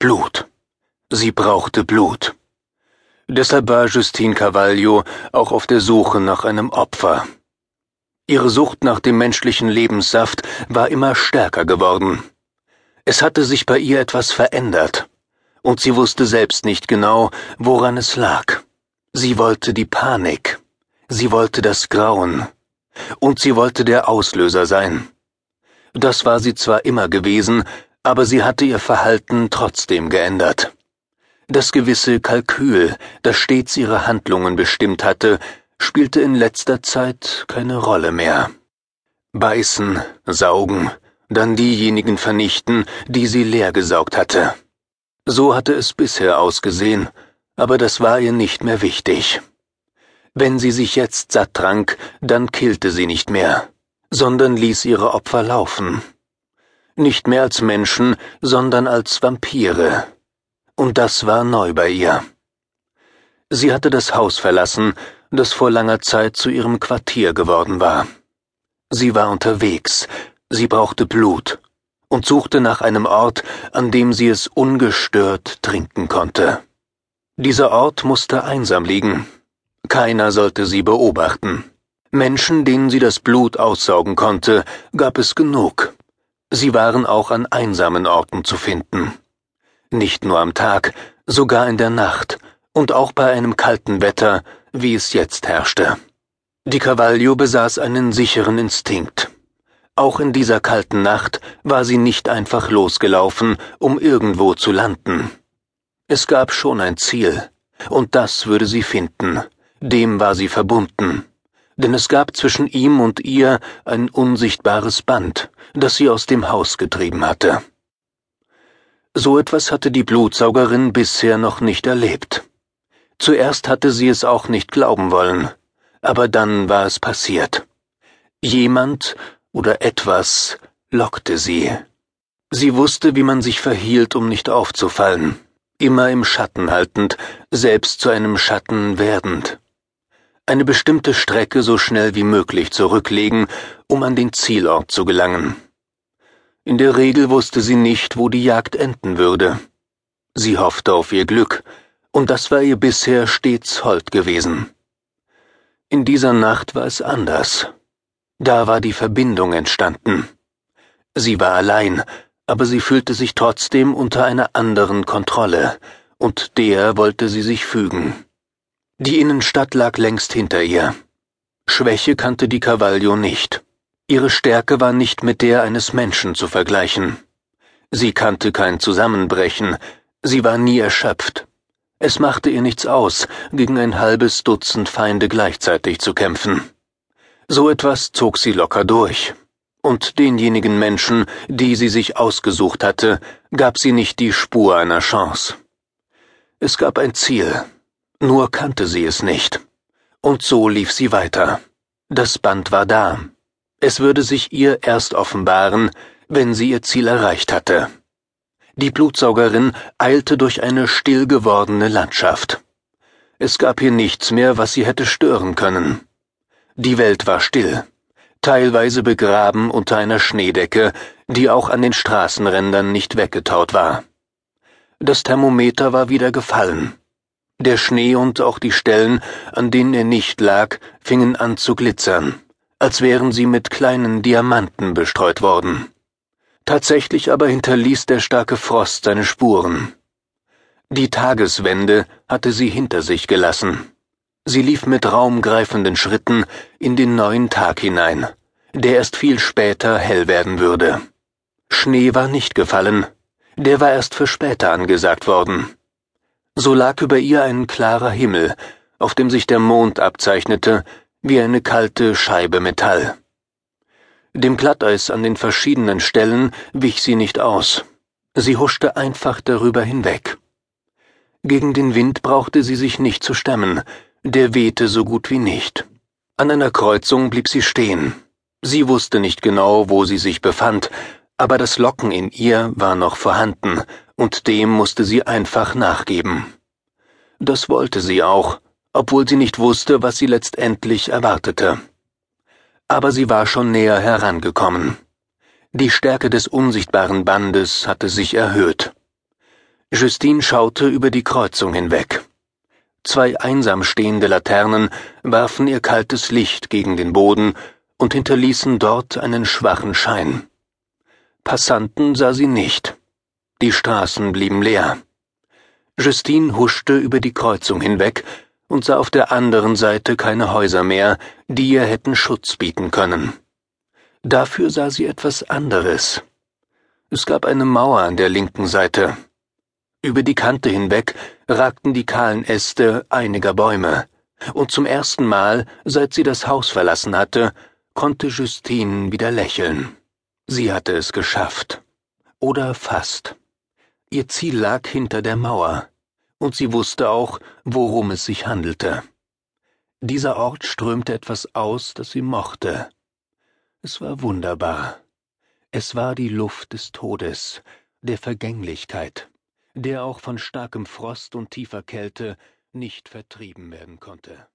Blut. Sie brauchte Blut. Deshalb war Justine Carvalho auch auf der Suche nach einem Opfer. Ihre Sucht nach dem menschlichen Lebenssaft war immer stärker geworden. Es hatte sich bei ihr etwas verändert, und sie wusste selbst nicht genau, woran es lag. Sie wollte die Panik, sie wollte das Grauen, und sie wollte der Auslöser sein. Das war sie zwar immer gewesen, aber sie hatte ihr Verhalten trotzdem geändert. Das gewisse Kalkül, das stets ihre Handlungen bestimmt hatte, spielte in letzter Zeit keine Rolle mehr. Beißen, saugen, dann diejenigen vernichten, die sie leergesaugt hatte. So hatte es bisher ausgesehen, aber das war ihr nicht mehr wichtig. Wenn sie sich jetzt satt trank, dann killte sie nicht mehr, sondern ließ ihre Opfer laufen. Nicht mehr als Menschen, sondern als Vampire. Und das war neu bei ihr. Sie hatte das Haus verlassen, das vor langer Zeit zu ihrem Quartier geworden war. Sie war unterwegs, sie brauchte Blut und suchte nach einem Ort, an dem sie es ungestört trinken konnte. Dieser Ort musste einsam liegen. Keiner sollte sie beobachten. Menschen, denen sie das Blut aussaugen konnte, gab es genug. Sie waren auch an einsamen Orten zu finden. Nicht nur am Tag, sogar in der Nacht und auch bei einem kalten Wetter, wie es jetzt herrschte. Die Carvalho besaß einen sicheren Instinkt. Auch in dieser kalten Nacht war sie nicht einfach losgelaufen, um irgendwo zu landen. Es gab schon ein Ziel, und das würde sie finden. Dem war sie verbunden. Denn es gab zwischen ihm und ihr ein unsichtbares Band, das sie aus dem Haus getrieben hatte. So etwas hatte die Blutsaugerin bisher noch nicht erlebt. Zuerst hatte sie es auch nicht glauben wollen, aber dann war es passiert. Jemand oder etwas lockte sie. Sie wusste, wie man sich verhielt, um nicht aufzufallen, immer im Schatten haltend, selbst zu einem Schatten werdend. Eine bestimmte Strecke so schnell wie möglich zurücklegen, um an den Zielort zu gelangen. In der Regel wusste sie nicht, wo die Jagd enden würde. Sie hoffte auf ihr Glück, und das war ihr bisher stets hold gewesen. In dieser Nacht war es anders. Da war die Verbindung entstanden. Sie war allein, aber sie fühlte sich trotzdem unter einer anderen Kontrolle, und der wollte sie sich fügen. Die Innenstadt lag längst hinter ihr. Schwäche kannte die Carvalho nicht. Ihre Stärke war nicht mit der eines Menschen zu vergleichen. Sie kannte kein Zusammenbrechen, sie war nie erschöpft. Es machte ihr nichts aus, gegen ein halbes Dutzend Feinde gleichzeitig zu kämpfen. So etwas zog sie locker durch. Und denjenigen Menschen, die sie sich ausgesucht hatte, gab sie nicht die Spur einer Chance. Es gab ein Ziel, nur kannte sie es nicht. Und so lief sie weiter. Das Band war da. Es würde sich ihr erst offenbaren, wenn sie ihr Ziel erreicht hatte. Die Blutsaugerin eilte durch eine still gewordene Landschaft. Es gab hier nichts mehr, was sie hätte stören können. Die Welt war still, teilweise begraben unter einer Schneedecke, die auch an den Straßenrändern nicht weggetaut war. Das Thermometer war wieder gefallen. Der Schnee und auch die Stellen, an denen er nicht lag, fingen an zu glitzern, als wären sie mit kleinen Diamanten bestreut worden. Tatsächlich aber hinterließ der starke Frost seine Spuren. Die Tageswende hatte sie hinter sich gelassen. Sie lief mit raumgreifenden Schritten in den neuen Tag hinein, der erst viel später hell werden würde. Schnee war nicht gefallen, der war erst für später angesagt worden. So lag über ihr ein klarer Himmel, auf dem sich der Mond abzeichnete, wie eine kalte Scheibe Metall. Dem Glatteis an den verschiedenen Stellen wich sie nicht aus. Sie huschte einfach darüber hinweg. Gegen den Wind brauchte sie sich nicht zu stemmen, der wehte so gut wie nicht. An einer Kreuzung blieb sie stehen. Sie wusste nicht genau, wo sie sich befand, aber das Locken in ihr war noch vorhanden, und dem musste sie einfach nachgeben. Das wollte sie auch, obwohl sie nicht wusste, was sie letztendlich erwartete. Aber sie war schon näher herangekommen. Die Stärke des unsichtbaren Bandes hatte sich erhöht. Justine schaute über die Kreuzung hinweg. 2 einsam stehende Laternen warfen ihr kaltes Licht gegen den Boden und hinterließen dort einen schwachen Schein. Passanten sah sie nicht. Die Straßen blieben leer. Justine huschte über die Kreuzung hinweg und sah auf der anderen Seite keine Häuser mehr, die ihr hätten Schutz bieten können. Dafür sah sie etwas anderes. Es gab eine Mauer an der linken Seite. Über die Kante hinweg ragten die kahlen Äste einiger Bäume, und zum ersten Mal, seit sie das Haus verlassen hatte, konnte Justine wieder lächeln. Sie hatte es geschafft. Oder fast. Ihr Ziel lag hinter der Mauer, und sie wusste auch, worum es sich handelte. Dieser Ort strömte etwas aus, das sie mochte. Es war wunderbar. Es war die Luft des Todes, der Vergänglichkeit, der auch von starkem Frost und tiefer Kälte nicht vertrieben werden konnte.